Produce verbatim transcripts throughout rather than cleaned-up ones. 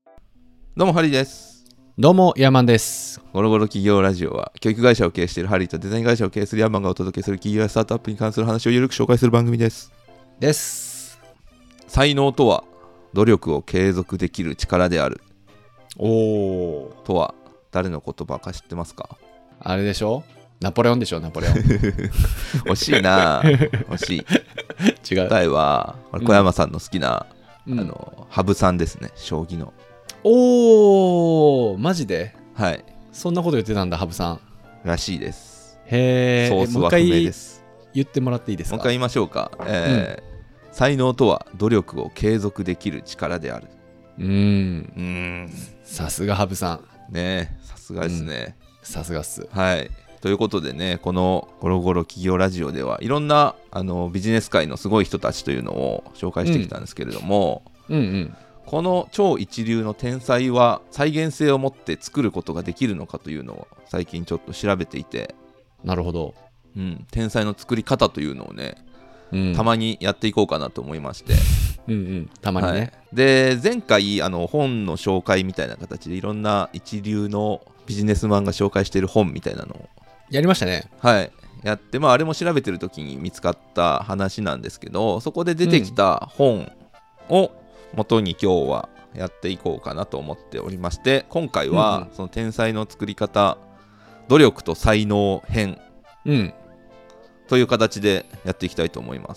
どうもハリーです。 どうもヤーマンです。 ゴロゴロ企業ラジオは教育会社を経営しているハリーとデザイン会社を経営するヤーマンがお届けする企業やスタートアップに関する話をゆるく紹介する番組です。 です。 才能とは努力を継続できる力である。 おー。 とは誰の言葉か知ってますか？ あれでしょ？ナポレオンでしょ？ナポレオン。 惜しいな。惜しい。 違う。 答えは小山さんの好きな、 うん、 あの羽生さんですね。将棋の。 おー、マジで？ はい。 そんなこと言ってたんだ、羽生さん。 らしいです。 へー。 ソースは不明です。 言ってもらっていいですか？ もう一回言いましょうか。えーうん、才能とは努力を継続できる力である。 うーん。 うーん。 さすが羽生さん。 ねえ、さすがですね。 さすがっす。 はい。ということでね、このゴロゴロ企業ラジオではいろんなあのビジネス界のすごい人たちというのを紹介してきたんですけれども、 うん、うんうんこの超一流の天才は再現性を持って作ることができるのかというのを最近ちょっと調べていて、 なるほど、 うん、天才の作り方というのをね、 うん、 たまにやっていこうかなと思いましてうんうんたまにね、はい、 で前回あの本の紹介みたいな形でいろんな一流のビジネスマンが紹介している本みたいなのをやりましたね。 はいやって、まあ、あれも調べてる時に見つかった話なんですけど、そこで出てきた本を元に今日はやっていこうかなと思っておりまして、今回はその天才の作り方、努力と才能編、うん、という形でやっていきたいと思います。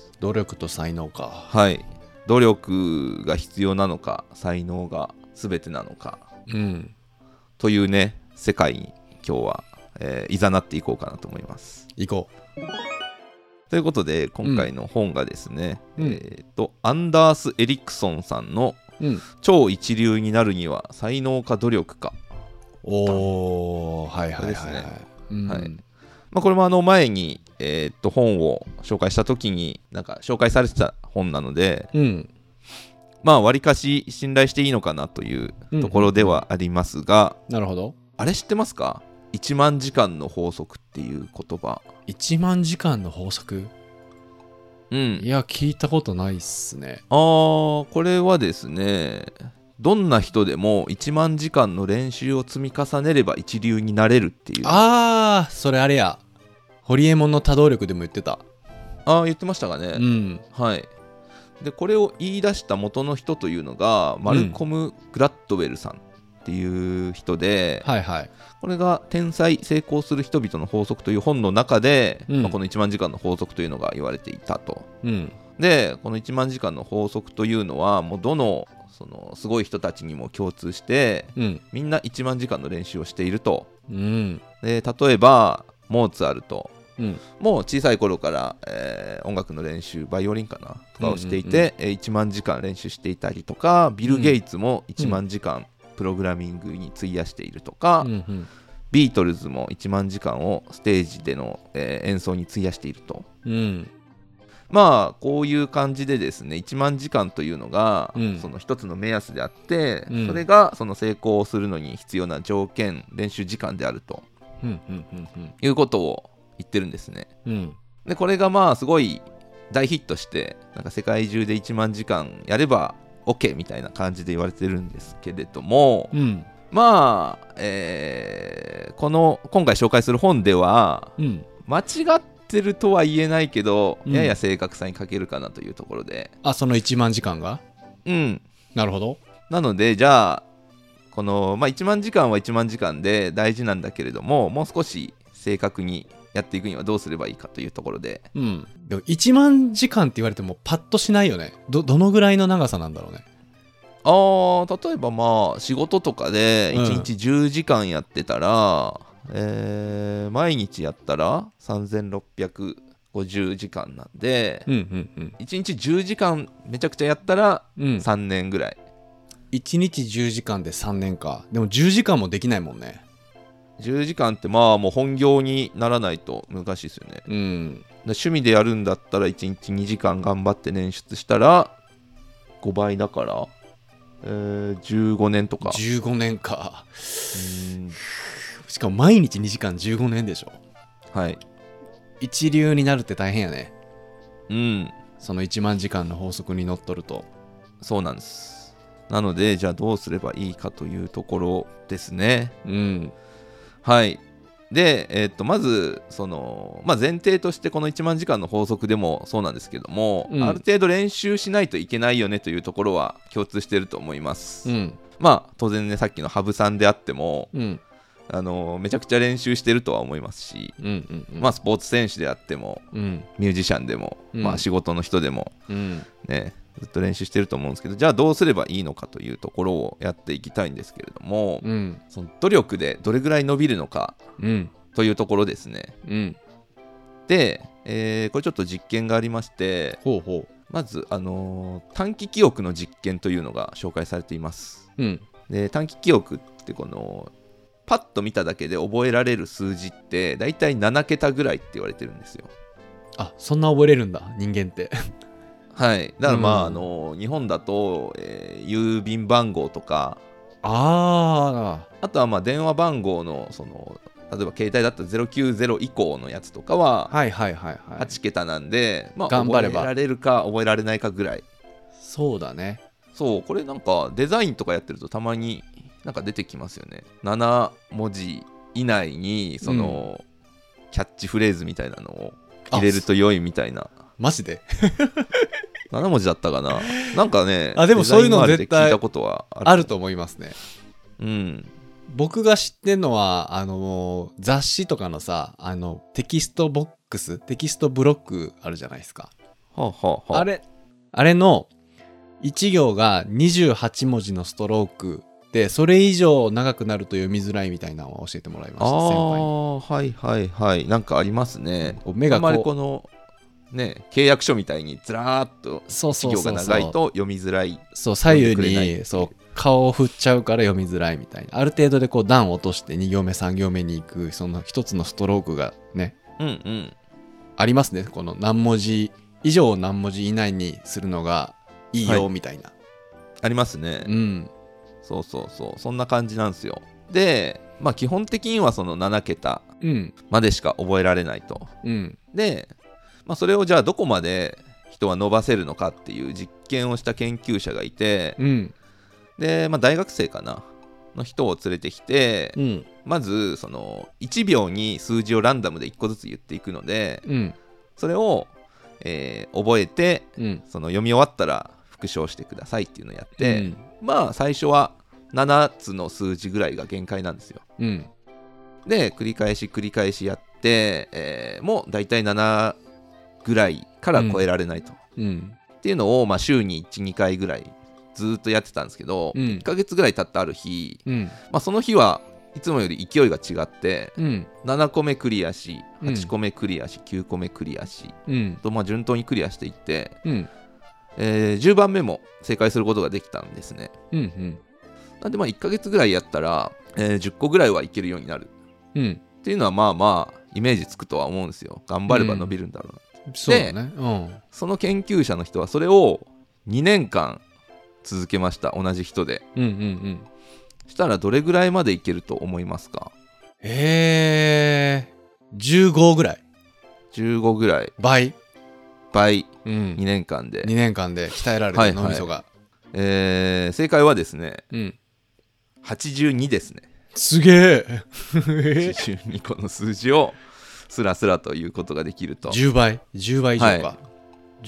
努力と才能か。 はい。努力が必要なのか、才能が全てなのか、うん、というね世界に今日は、えー、いざなっていこうかなと思います。 行こう。 ということで今回の本がですね、うん、えーとアンダース・エリクソンさんの、うん、超一流になるには才能か努力か。 おー、はいはいはい、はい、 ですね、うんはいまあ、これもあの前に、えー、と本を紹介した時になんか紹介されてた本なので、うん、まあわりかし信頼していいのかなというところではありますが、 うんうんうん、なるほど。 あれ知ってますか？いちまん時間の法則っていう言葉。 いちまん時間の法則？ うん。 いや聞いたことないっすね。 あー、これはですね、どんな人でもいちまん時間の練習を積み重ねれば一流になれるっていう。 あー、それあれや、ホリエモンの多動力でも言ってた。 あー、言ってましたかね。 うん。 はい。でこれを言い出した元の人というのがマルコム・グラッドウェルさんっていう人で、 うんはいはい、 これが天才成功する人々の法則という本の中で、うんまあ、このいちまん時間の法則というのが言われていたと、うん、でこのいちまん時間の法則というのはもうどのそのすごい人たちにも共通して、うん、みんないちまん時間の練習をしていると、うん、で例えばモーツァルト、うん、もう小さい頃から、えー、音楽の練習バイオリンかなとかをしていて、うんうんうん、いちまん時間練習していたりとか、ビル・ゲイツもいちまん時間、うんプログラミングに費やしているとか、うんうん、ビートルズもいちまん時間をステージでの、えー、演奏に費やしていると、うん、まあこういう感じでですねいちまん時間というのが、うん、その一つの目安であって、うん、それがその成功するのに必要な条件練習時間であると、うんうんうんうん、いうことを言ってるんですね、うん、でこれがまあすごい大ヒットしてなんか世界中でいちまん時間やればOK みたいな感じで言われてるんですけれども、うん、まあ、えー、この今回紹介する本では、うん、間違ってるとは言えないけど、うん、やや正確さに欠けるかなというところで、 あそのいちまん時間がうんなるほど。 なのでじゃあこの、まあ、いちまん時間はいちまん時間で大事なんだけれどももう少し正確にやっていくにはどうすればいいかというところで、 うん、でもいちまん時間って言われてもパッとしないよね。 ど, どのぐらいの長さなんだろうね。 あー例えばまあ仕事とかでいちにちじゅうじかんやってたら、うんえー、毎日やったらさんぜんろっぴゃくごじゅうじかんなんで、うんうんうん、いちにちじゅうじかんめちゃくちゃやったらさんねんぐらい、 うん、いちにちじゅうじかんでさんねんか。でもじゅうじかんもできないもんね。 じゅうじかんってまあもう本業にならないと難しいですよね、うん、趣味でやるんだったらいちにちにじかん頑張って捻出したらごばいだから、えー、じゅうごねんとか。 じゅうごねんか。うんしかも毎日にじかんじゅうごねんでしょ。 はい一流になるって大変やね。 うんそのいちまん時間の法則にのっとると。 そうなんです。 なのでじゃあどうすればいいかというところですね。 うん、 はいで、えー、とまずその、まあ、前提としてこのいちまんじかんの法則でもそうなんですけども、うん、ある程度練習しないといけないよねというところは共通していると思います、うん、まあ当然ねさっきの羽生さんであっても、うん、あのめちゃくちゃ練習してるとは思いますし、うんうんうんまあ、スポーツ選手であっても、うん、ミュージシャンでも、うんまあ、仕事の人でも、うんね、ずっと練習してると思うんですけど、じゃあどうすればいいのかというところをやっていきたいんですけれども、うん、その努力でどれぐらい伸びるのか、うん、というところですね、うん、で、えー、これちょっと実験がありまして、ほうほうまず、あのー、短期記憶の実験というのが紹介されています、うん、で短期記憶ってこのパッと見ただけで覚えられる数字ってだいたいななけたぐらいって言われてるんですよ。 あ、そんな覚えれるんだ人間ってはいだからまあ、うん、あの日本だと、えー、郵便番号とかああとはまあ電話番号のその例えば携帯だったらゼロきゅうゼロ以降のやつとかははちけたなんで、まあ、覚えられるか覚えられないかぐらい。 そうだね。 そうこれなんかデザインとかやってるとたまになんか出てきますよね。ななもじ以内にその、うん、キャッチフレーズみたいなのを入れると良いみたいな。 マジでななもじだったかな。なんかねあでもそういうの絶対聞いたことはある、 あると思いますね。 うん僕が知ってんのはあの雑誌とかのさあのテキストボックステキストブロックあるじゃないですか、 はあはあはあ、 あれあれのいち行がにじゅうはちもじのストロークでそれ以上長くなると読みづらいみたいなのを教えてもらいました。 あ先輩にはいはいはいなんかありますね。目がこうあんまりこのね契約書みたいにずらーっと一行が長いと読みづらい。 そう左右にそう顔を振っちゃうから読みづらいみたいな。ある程度でこう段を落としてに行目さん行目に行くその一つのストロークがね、 うんうん、 ありますね。この何文字以上を何文字以内にするのがいいよみたいな、はい、 ありますね。 うんそうそうそうそんな感じなんですよ。でまあ基本的にはそのななけたまでしか覚えられないと、うん、で、まあ、それをじゃあどこまで人は伸ばせるのかっていう実験をした研究者がいて、うん、で、まあ、大学生かなの人を連れてきて、うん、まずそのいちびょうに数字をランダムでいっこずつ言っていくので、うん、それを、えー、覚えて、うん、その読み終わったら復唱してくださいっていうのをやって、うん、まあ最初はななつの数字ぐらいが限界なんですよ、うん、で繰り返し繰り返しやって、えー、もうだいたいななぐらいから超えられないと、うんうん、っていうのを、まあ、週にいちにかいぐらいずっとやってたんですけど、うん、いっかげつぐらい経ったある日、うんまあ、その日はいつもより勢いが違って、うん、ななこめクリアしはちこめクリアし、うん、きゅうこめクリアし、うん、とまあ順当にクリアしていって、うんえー、じゅうばんめも正解することができたんですね、うんうん、なんでまあいっかげつぐらいやったら、えー、じゅっこぐらいはいけるようになる、うん、っていうのはまあまあイメージつくとは思うんですよ。頑張れば伸びるんだろうな、 うん、そうだね、うん、 その研究者の人はそれをにねんかん続けました。同じ人で、うんうんうん、したらどれぐらいまでいけると思いますか？ えー、じゅうごぐらいじゅうごぐらい倍倍、うん、にねんかんでにねんかんで鍛えられた脳みそが、はいはいえー、正解はですね、うん、はちじゅうにですね。 すげえはちじゅうにこの数字をスラスラということができると。 じゅうばいじゅうばい以上か、はい、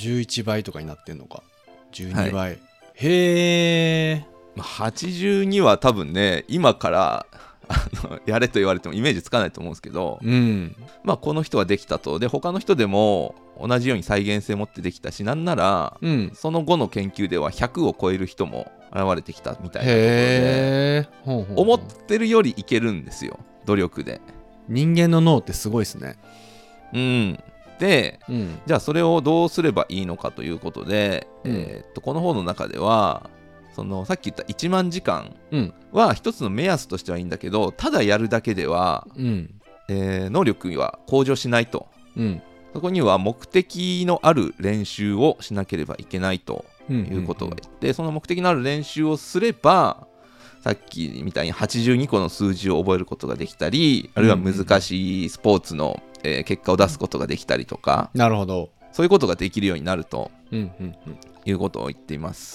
じゅういちばいとかになってんのか。じゅうにばい、はい、へえ。 はちじゅうには多分ね今からあのやれと言われてもイメージつかないと思うんですけど、うんまあ、この人はできたと。で他の人でも同じように再現性持ってできたし、なんなら、うん、その後の研究ではひゃくを超える人も現れてきたみたいなところで、 へーほうほうほう、 思ってるよりいけるんですよ、努力で。 人間の脳ってすごいですね。 うんで、うん、じゃあそれをどうすればいいのかということで、うんえー、っとこの本の中ではそのさっき言ったいちまんじかんは一つの目安としてはいいんだけど、ただやるだけでは、うんえー、能力は向上しないと、うん、そこには目的のある練習をしなければいけないということが言って、うんうんうん、その目的のある練習をすればさっきみたいにはちじゅうにこの数字を覚えることができたり、あるいは難しいスポーツの、えー、結果を出すことができたりとか、 なるほど、 そういうことができるようになると、うんうんうん、いうことを言っています。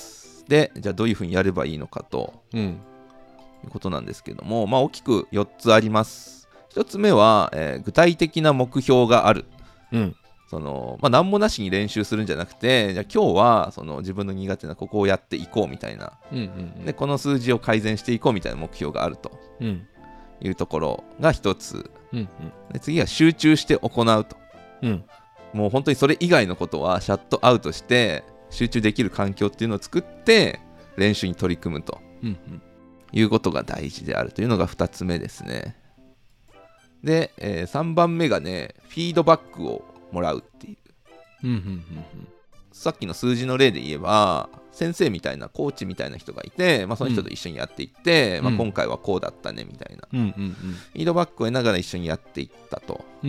でじゃあどういうふうにやればいいのかと、うん、いうことなんですけども、まあ、大きくよっつあります。ひとつめは、えー、具体的な目標がある、うん、そのまあ、何もなしに練習するんじゃなくて、じゃあ今日はその自分の苦手なここをやっていこうみたいな、うんうんうん、でこの数字を改善していこうみたいな目標があると、うん、いうところがひとつ、うんうん、で次は集中して行うと、うん、もう本当にそれ以外のことはシャットアウトして集中できる環境っていうのを作って練習に取り組むと、うんうん、いうことが大事であるというのがふたつめですね。で、えー、さんばんめがね、フィードバックをもらうっていう、うんうんうんうん、さっきの数字の例で言えば先生みたいなコーチみたいな人がいて、まあ、その人と一緒にやっていって、うんまあ、今回はこうだったねみたいな、うんうんうん、フィードバックを得ながら一緒にやっていったと、うん、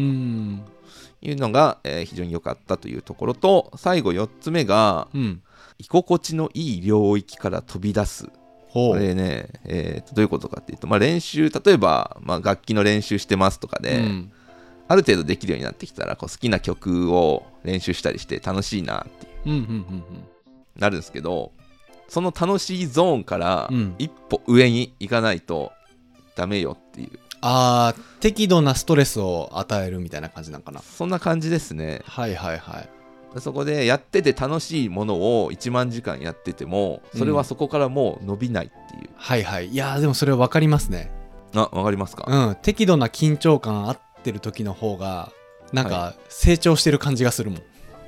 いうのが、えー、非常に良かったというところと、最後よっつめが、うん、居心地のいい領域から飛び出す。これね、えー、とどういうことかっていうと、まあ、練習例えば、まあ、楽器の練習してますとかで、うん、ある程度できるようになってきたらこう好きな曲を練習したりして楽しいなっていう、うんうんうんうん、なるんですけど、その楽しいゾーンから一歩上に行かないとダメよっていう、うん、 あー適度なストレスを与えるみたいな感じなんかな。 そんな感じですね。 はいはいはい。 そこでやってて楽しいものをいちまんじかんやっててもそれはそこからもう伸びないっていう、うん、 はいはい。いやーでもそれは分かりますね。 あ、分かりますか。 うん、適度な緊張感あってる時の方がなんか成長してる感じがするもん、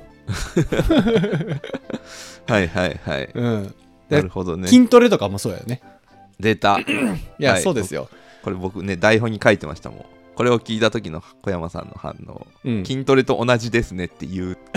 はい、はいはいはい、うん、なるほどね。 筋トレとかもそうやよね。 出たいや、はい、そうですよ。 これ僕ね台本に書いてましたもん。これを聞いた時の小山さんの反応、うん、筋トレと同じですねって言う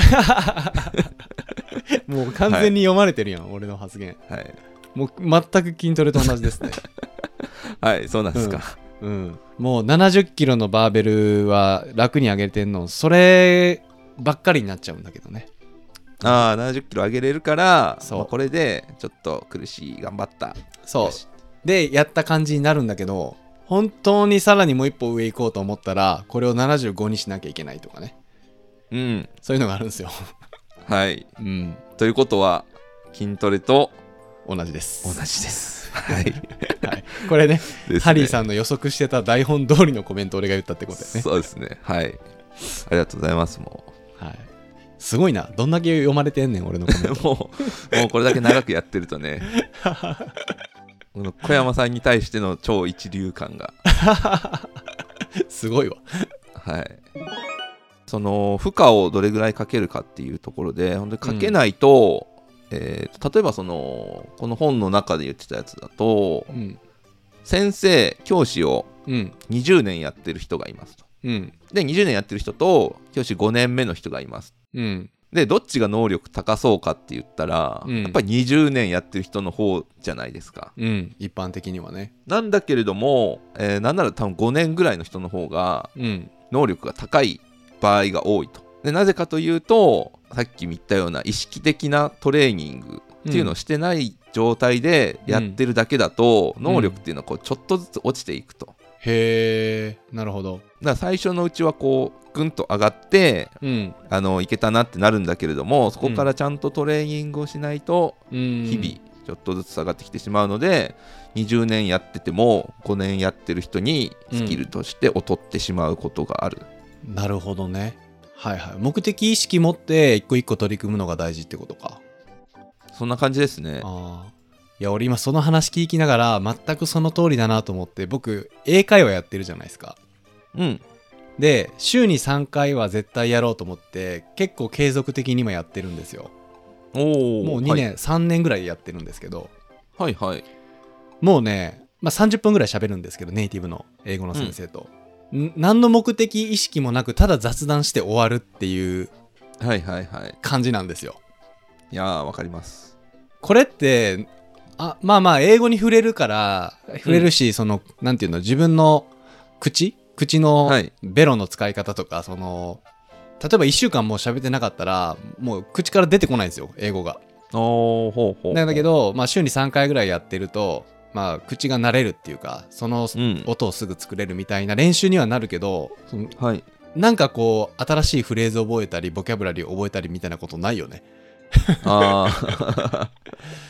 もう完全に読まれてるやん、はい、俺の発言、はい、もう全く筋トレと同じですねはいそうなんですか、 うんうん、もうななじゅっキロのバーベルは楽に上げてんのそればっかりになっちゃうんだけどね。 ああななじゅっキロ上げれるからそう、まあ、これでちょっと苦しい頑張ったそうでやった感じになるんだけど、本当にさらにもう一歩上行こうと思ったらこれをななじゅうごにしなきゃいけないとかね、うん、そういうのがあるんですよはい、うん、ということは筋トレと同じです同じですはい、 はい、これ ね, ねハリーさんの予測してた台本通りのコメント俺が言ったってことだよね。 そうですね、はい、ありがとうございます。もう、はい、 すごいな、どんだけ読まれてんねん俺のコメントもう、もうこれだけ長くやってるとねこの小山さんに対しての超一流感がすごいわはい。その負荷をどれぐらいかけるかっていうところで本当にかけないと、うんえー、例えばそのこの本の中で言ってたやつだと、うん、先生教師をにじゅうねんやってる人がいますと、うん、でにじゅうねんやってる人と教師ごねんめの人がいます、うんでどっちが能力高そうかって言ったら、うん、やっぱりにじゅうねんやってる人の方じゃないですか、 うん、一般的にはね。 なんだけれども、えー、なんなら多分ごねんぐらいの人の方が能力が高い場合が多いと。でなぜかというとさっきも言ったような意識的なトレーニングっていうのをしてない状態でやってるだけだと、うん、能力っていうのはこうちょっとずつ落ちていくと。 へー、なるほど。だから最初のうちはこうぐんと上がって、うん、あのいけたなってなるんだけれども、そこからちゃんとトレーニングをしないと、うん、日々ちょっとずつ下がってきてしまうので、にじゅうねんやっててもごねんやってる人にスキルとして劣ってしまうことがある、 うん、なるほどね。はいはい。目的意識持って一個一個取り組むのが大事ってことか。 そんな感じですね。 ああ。いや俺今その話聞きながら全くその通りだなと思って、僕英会話やってるじゃないですか。うんで週にさんかいは絶対やろうと思って結構継続的に今やってるんですよ。おもうにねん、はい、さんねんぐらいやってるんですけど、 はいはい。 もうね、まあ、さんじゅっぷんぐらい喋るんですけどネイティブの英語の先生と、うん、何の目的意識もなくただ雑談して終わるっていう感じなんですよ。 いやーわかります。 これってあまあまあ英語に触れるから触れるし、うん、そのなんていうの自分の口口のベロの使い方とか、はい、その例えばいっしゅうかんもう喋ってなかったらもう口から出てこないんですよ英語が。おほうほうほう。なんだけど、まあ、週にさんかいぐらいやってると、まあ、口が慣れるっていうかその音をすぐ作れるみたいな練習にはなるけど、うん、はい、なんかこう新しいフレーズを覚えたりボキャブラリーを覚えたりみたいなことないよね。あ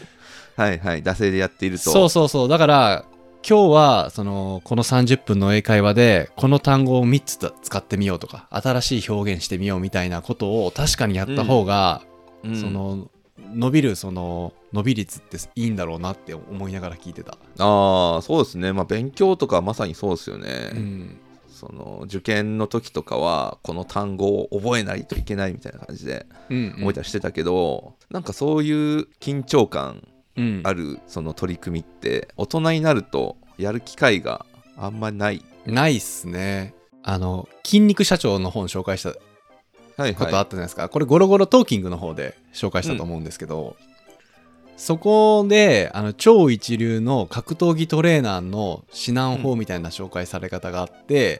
はいはい惰性でやっていると。 そうそうそう。だから今日はそのこのさんじゅっぷんの英会話でこの単語をみっつ使ってみようとか新しい表現してみようみたいなことを確かにやった方が、うん、その伸びるその伸び率っていいんだろうなって思いながら聞いてた。 ああそうですね。まあ勉強とかまさにそうですよね、 うん、 その受験の時とかはこの単語を覚えないといけないみたいな感じで覚えたりしてたけど、うんうん、なんかそういう緊張感あるその取り組みって大人になるとやる機会があんまないないっすね。あの筋肉社長の本紹介したことあったじゃないですか、はいはい、これゴロゴロトーキングの方で紹介したと思うんですけど、うん、そこであの超一流の格闘技トレーナーの指南法みたいな紹介され方があって、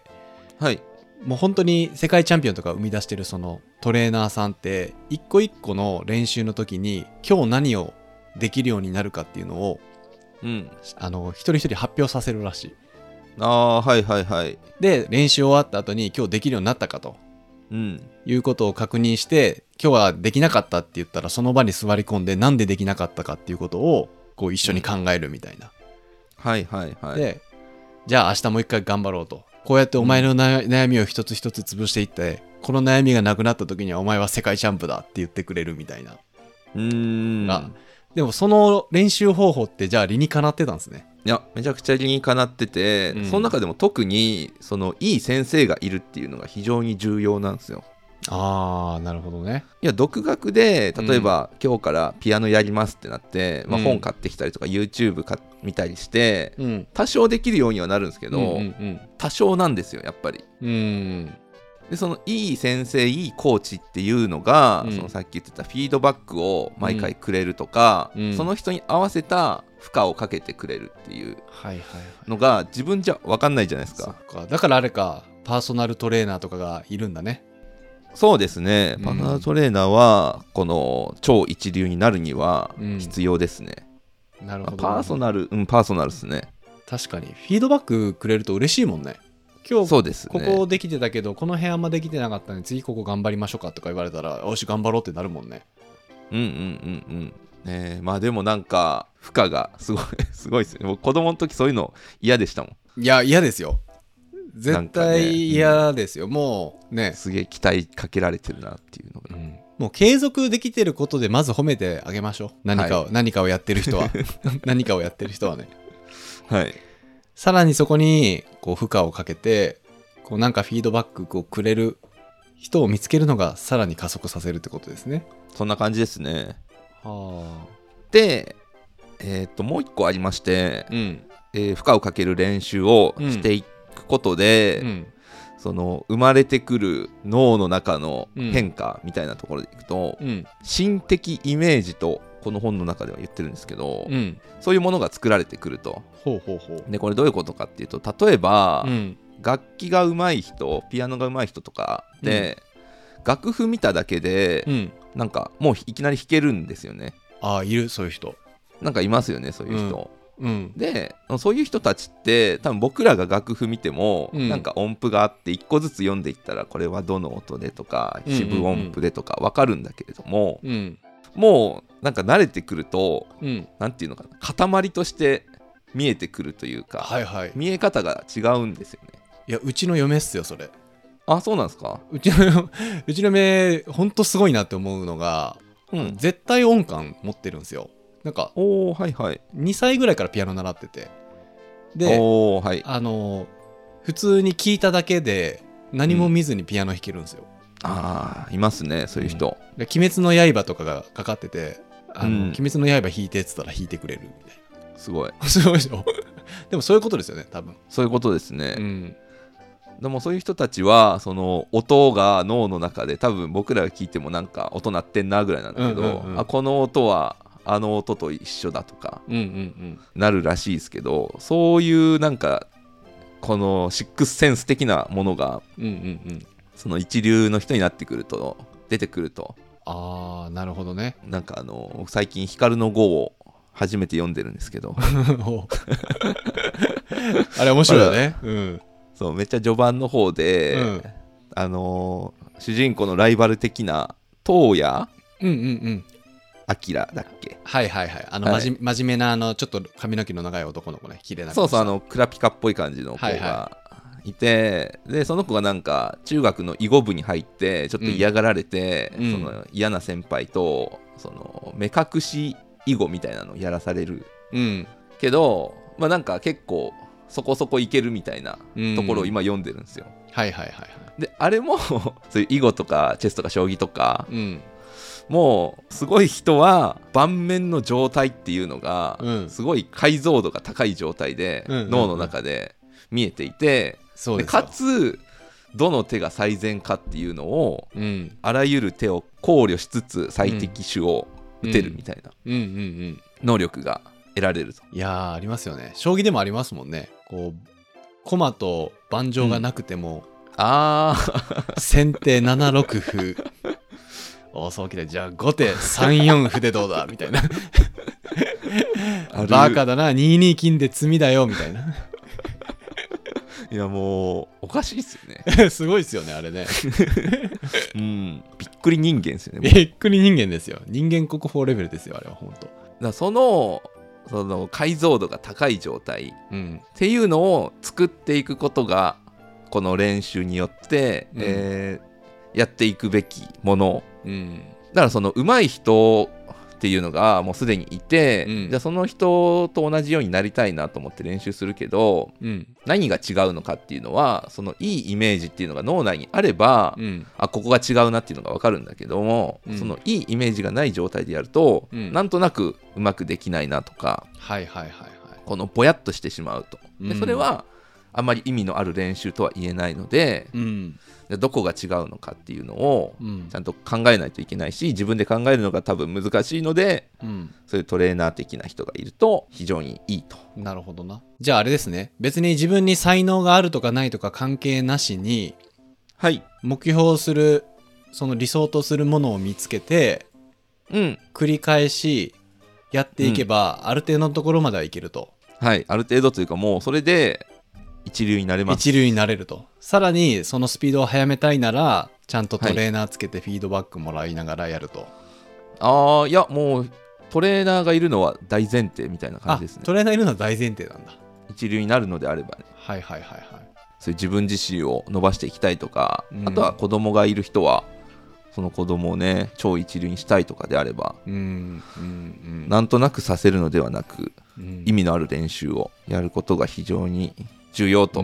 うん、はい、 もう本当に世界チャンピオンとか生み出してるそのトレーナーさんって一個一個の練習の時に今日何をできるようになるかっていうのを、 うん、 あの一人一人発表させるらしい。 ああはいはいはい。 で練習終わった後に今日できるようになったかと、 うん、 いうことを確認して今日はできなかったって言ったらその場に座り込んでなんでできなかったかっていうことをこう一緒に考えるみたいな、うん、 はいはいはい。 でじゃあ明日もう一回頑張ろうと、こうやってお前の悩みを一つ一つ潰していって、うん、この悩みがなくなった時にはお前は世界チャンプだって言ってくれるみたいな。 うーんがでもその練習方法ってじゃあ理にかなってたんですね。 いやめちゃくちゃ理にかなってて、うん、その中でも特にそのいい先生がいるっていうのが非常に重要なんですよ。 あーなるほどね。 いや独学で例えば、うん、今日からピアノやりますってなって、まあ、本買ってきたりとか、うん、YouTube か見たりして、うん、多少できるようにはなるんですけど、うんうんうん、多少なんですよやっぱり。 うんでそのいい先生いいコーチっていうのが、うん、そのさっき言ってたフィードバックを毎回くれるとか、うん、その人に合わせた負荷をかけてくれるっていうのが自分じゃ分かんないじゃないですか。 そっか、だからあれかパーソナルトレーナーとかがいるんだね。 そうですね、パーソナルトレーナーはこの超一流になるには必要ですね、 うん、なるほど、ね、 パーソナルうんパーソナルですね。 確かにフィードバックくれると嬉しいもんね。今日そうです、ね、ここできてたけどこの辺あんまできてなかったので次ここ頑張りましょうかとか言われたらよし頑張ろうってなるもんね。 うんうんうんうんね。まあでもなんか負荷がすごいすごいですね。僕子供の時そういうの嫌でしたもん。いや嫌ですよ絶対嫌ですよ、ね、うん、もうねすげえ期待かけられてるなっていうのが、うん、 もう継続できてることでまず褒めてあげましょう。何かを、はい、何かをやってる人は何かをやってる人はね。 はい。 さらにそこにこう負荷をかけてこうなんかフィードバックをくれる人を見つけるのがさらに加速させるってことですね。 そんな感じですね。 はあ。 で、えー、っともう一個ありまして、 うんえー、負荷をかける練習をしていくことで、うんうん、その生まれてくる脳の中の変化みたいなところでいくと、うん、心的イメージとこの本の中では言ってるんですけど、うん、そういうものが作られてくると。 ほうほうほう。 でこれどういうことかっていうと例えば、うん、楽器が上手い人ピアノが上手い人とかで、うん、楽譜見ただけで、うん、なんかもういきなり弾けるんですよね。 ああいるそういう人なんかいますよねそういう人、 うんうん、 でそういう人たちって多分僕らが楽譜見ても、うん、なんか音符があっていっこずつ読んでいったらこれはどの音でとか四分音符でとか分かるんだけれども、 うんうんうん、 もうなんか慣れてくると、 うん、 なんていうのかな塊として見えてくるというか、 はいはい、 見え方が違うんですよね。 いやうちの嫁っすよそれ。 あそうなんですか。 うちのうちの嫁ほんとすごいなって思うのが、うん、絶対音感持ってるんですよ。なんかお、はいはい、 にさいぐらいからピアノ習っててでお、はい、 あの普通に聴いただけで何も見ずにピアノ弾けるんですよ、 うん、ああいますねそういう人、 うん、で鬼滅の刃とかがかかっててあの、うん、鬼滅の刃弾いてって言ったら弾いてくれるみたいな。 すごいすごいでしょでもそういうことですよね多分。 そういうことですね、 うん、 でもそういう人たちはその音が脳の中で多分僕らが聞いてもなんか音鳴ってんなぐらいなんだけど、うんうんうん、あこの音はあの音と一緒だとかなるらしいですけど、うんうんうん、そういうなんかこのシックスセンス的なものが、 うんうんうん、 その一流の人になってくると出てくると。 あーなるほどね。 なんかあの最近光の碁を初めて読んでるんですけどあれ面白いよね、うん、 そうめっちゃ序盤の方で、うん、あの主人公のライバル的なトウヤ、 うんうんうん明だっけ。 はいはいはい。あの、はい、真面目なあのちょっと髪の毛の長い男の子ね、綺麗な子。 そうそう、あのクラピカっぽい感じの子がいて、はいはい、でその子がなんか中学の囲碁部に入ってちょっと嫌がられて、うん、その嫌な先輩とその目隠し囲碁みたいなのをやらされる、うん、けど、まあ、なんか結構そこそこいけるみたいなところを今読んでるんですよ、うん、 はいはいはいはい。 であれもそういう囲碁とかチェスとか将棋とか、うん、もうすごい人は盤面の状態っていうのが、うん、すごい解像度が高い状態で、うんうんうん、脳の中で見えていて、そうですよ。でかつどの手が最善かっていうのを、うん、あらゆる手を考慮しつつ最適手を打てるみたいな能力が得られると。 いやーありますよね。将棋でもありますもんね。こう駒と盤上がなくても、うん、あ先手ななろく歩おそうきた、じゃあ後手さんよん歩でどうだみたいなバカだなにに金で詰みだよみたいな。 いやもうおかしいっすよね。すごいっすよねあれね。 うん、びっくり人間ですよね。 びっくり人間ですよ。人間国宝レベルですよあれは本当。だからそのその解像度が高い状態、うん、っていうのを作っていくことがこの練習によって、うん、えー、やっていくべきもの、うん、だからその上手い人っていうのがもうすでにいて、うん、じゃあその人と同じようになりたいなと思って練習するけど、うん、何が違うのかっていうのはそのいいイメージっていうのが脳内にあれば、うん、あここが違うなっていうのが分かるんだけども、うん、そのいいイメージがない状態でやると、うん、なんとなくうまくできないなとか、はいはいはいはい、このぼやっとしてしまうと。でそれはあまり意味のある練習とは言えないので、うん、どこが違うのかっていうのをちゃんと考えないといけないし、自分で考えるのが多分難しいので、うん、そういうトレーナー的な人がいると非常にいいと。 なるほどな。じゃああれですね、別に自分に才能があるとかないとか関係なしに、はい、目標するその理想とするものを見つけて、うん、繰り返しやっていけば、うん、ある程度のところまではいけると。 はい、ある程度というかもうそれで一流になれます。 一流になれると。さらにそのスピードを速めたいならちゃんとトレーナーつけてフィードバックもらいながらやると、はい、 ああいやもうトレーナーがいるのは大前提みたいな感じですね。 トレーナーいるのは大前提なんだ。 一流になるのであればね。 はいはいはいはい。 そういう自分自身を伸ばしていきたいとか、うん、あとは子供がいる人はその子供をね超一流にしたいとかであれば、うんうんうん、なんとなくさせるのではなく、うん、意味のある練習をやることが非常に重要と。うん、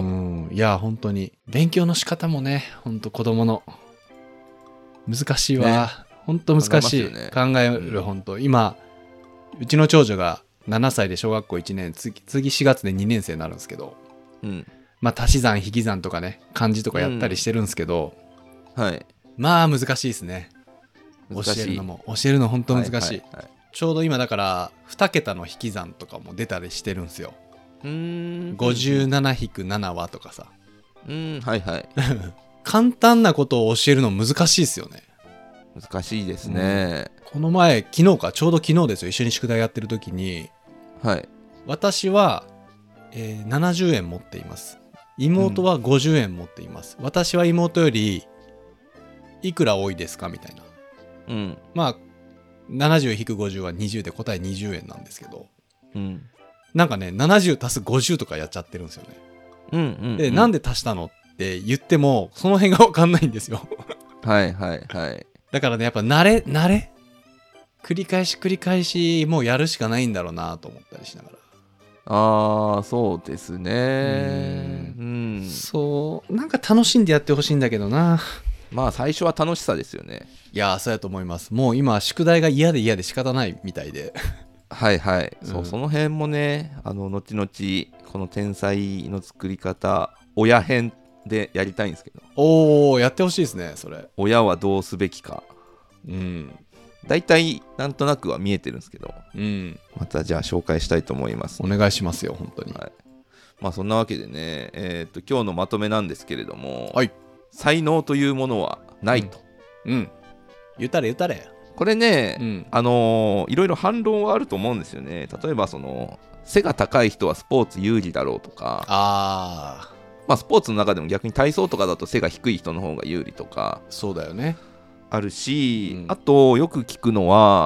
いや本当に勉強の仕方もね本当子供の難しいわ、ね、本当難しい、ね、考える本当、うん、今うちの長女がななさいで小学校いちねん 次, 次しがつでにねん生になるんですけど、うん、まあ足し算引き算とかね漢字とかやったりしてるんですけど、うん、はいまあ難しいですね。教えるのも教えるの本当難しい、はいはいはい、ちょうど今だからにけたの引き算とかも出たりしてるんですよ。うーん ごじゅうななひくなな はとかさ、 うーんはいはい簡単なことを教えるの難しいですよね。 難しいですね、 うん、この前昨日かちょうど昨日ですよ、一緒に宿題やってる時に、はい、私は、えー、ななじゅうえん持っています、妹はごじゅうえん持っています、うん、私は妹よりいくら多いですかみたいな、うん、まあ ななじゅう引くごじゅう はにじゅうで答えにじゅうえんなんですけど、うん、なんかねななじゅう足すごじゅうとかやっちゃってるんですよね、うんうんうん、でなんで足したのって言ってもその辺が分かんないんですよはいはいはい。 だからねやっぱ慣れ慣れ繰り返し繰り返しもうやるしかないんだろうなと思ったりしながら。 ああそうですね、 うん、うん、そうなんか楽しんでやってほしいんだけどな。 まあ最初は楽しさですよね。 いやそうやと思います。もう今宿題が嫌で嫌で仕方ないみたいではいはい、うん、そうその辺もねあの後々この天才の作り方親編でやりたいんですけど。 おおやってほしいですねそれ。 親はどうすべきか、うんだいたいなんとなくは見えてるんですけど、うん、またじゃあ紹介したいと思います、 ね、お願いしますよ本当に、はい、 まあそんなわけでねえー、っと今日のまとめなんですけれども、はい、才能というものはないと、 うん、うん、言ったれ言ったれ。 これね、うん、あのー、いろいろ反論はあると思うんですよね。例えばその背が高い人はスポーツ有利だろうとか、あまあスポーツの中でも逆に体操とかだと背が低い人の方が有利とかそうだよねあるし、うん、あとよく聞くのは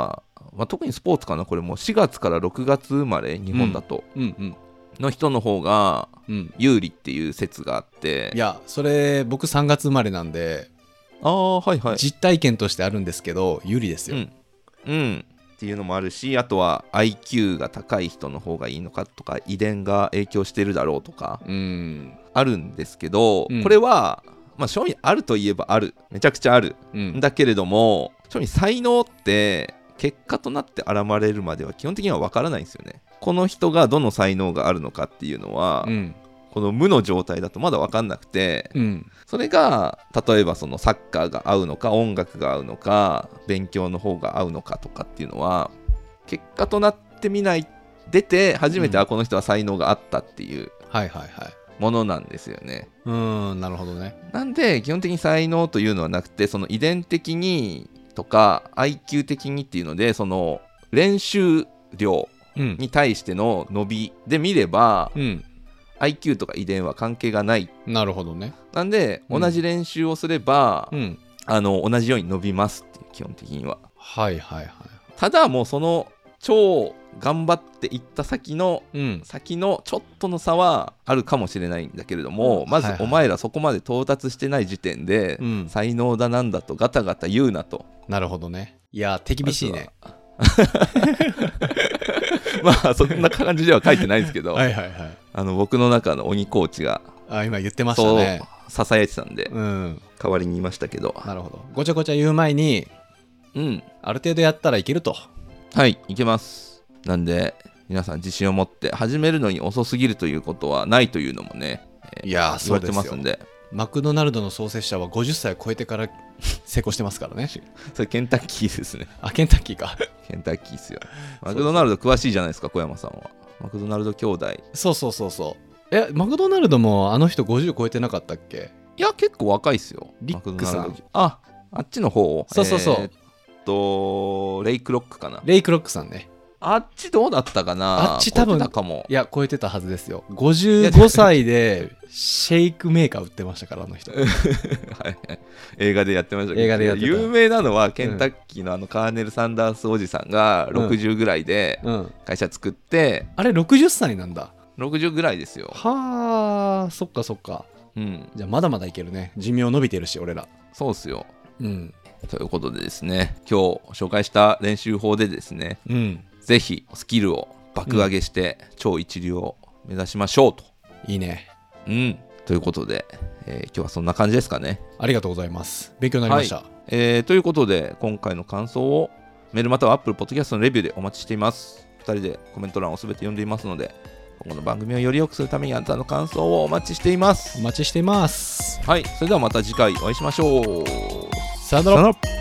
まあ、特にスポーツかな、これもしがつからろくがつ生まれ日本だと、 うんうんうんの人の方が有利っていう説があって、 うん、いやそれ僕さんがつ生まれなんで、 ああはいはい、 実体験としてあるんですけど有利ですよ、 うん、うん、っていうのもあるし、あとは アイキュー が高い人の方がいいのかとか、遺伝が影響してるだろうとか、うん、あるんですけど、うん、これはまあ正味あるといえばある、めちゃくちゃある、うん、だけれども正味才能って結果となって現れるまでは基本的には分からないんですよね。この人がどの才能があるのかっていうのは、うん、この無の状態だとまだ分かんなくて、うん、それが例えばそのサッカーが合うのか音楽が合うのか勉強の方が合うのかとかっていうのは結果となってみない出て初めて、うん、あこの人は才能があったっていうものなんですよね。 うーんなるほどね。 なんで基本的に才能というのはなくて、その遺伝的にとか アイキュー 的にっていうので、その練習量に対しての伸びで見れば、うん、アイキュー とか遺伝は関係がない。 なるほどね。 なんで、うん、同じ練習をすれば、うん、あの同じように伸びますっていう基本的には。 はいはいはい。 ただもうその超頑張っていった先の、うん、先のちょっとの差はあるかもしれないんだけれども、うん、まずお前らそこまで到達してない時点で、はいはい、才能だなんだとガタガタ言うなと。 なるほどね。いや手厳しいね。 まあそんな感じでは書いてないんですけどはいはい、はい、 あの僕の中の鬼コーチがあ今言ってましたね。 そうささやいてたんで、うん、代わりに言いましたけど。 なるほど。ごちゃごちゃ言う前に、うん、ある程度やったらいけると。 はいいけます。なんで皆さん自信を持って始めるのに遅すぎるということはないというのもね、 えー、いや言われてますんで。 マクドナルドの創設者はごじゅっさいを超えてから成功してますからね。 それケンタッキーですね。 あケンタッキーか。 ケンタッキーですよ。マクドナルド詳しいじゃないですか小山さんは。マクドナルド兄弟。 そうそうそうそう。えマクドナルドもあの人ごじゅう超えてなかったっけ？ いや結構若いっすよ。 リックさん。 ああっちの方。 そうそうそう。 えー、っとレイクロックかな。 レイクロックさんね。 あっちどうだったかな。 あっち多分超えてたかも。 いや超えてたはずですよ。ごじゅうごさいでシェイクメーカー売ってましたからあの人。はい、 映画でやってましたけど。 映画でやってた。 有名なのはケンタッキーのあのカーネル・サンダースおじさんがろくじゅうぐらいで会社作って、うんうん、 あれろくじゅっさいなんだ。 ろくじゅうぐらいですよ。 はあそっかそっか、うん、じゃあまだまだいけるね。寿命伸びてるし俺ら。 そうっすよ、うん、ということでですね今日紹介した練習法でですね、うん、ぜひスキルを爆上げして超一流を目指しましょうと、 うん、いいね。 うんということで、えー、今日はそんな感じですかね。 ありがとうございます。勉強になりました、 はいえー、ということで今回の感想をメールまたは Apple Podcast のレビューでお待ちしています。ふたりでコメント欄をすべて読んでいますので今後の番組をより良くするためにあなたの感想をお待ちしています。 お待ちしています。 はいそれではまた次回お会いしましょう。 さよなら。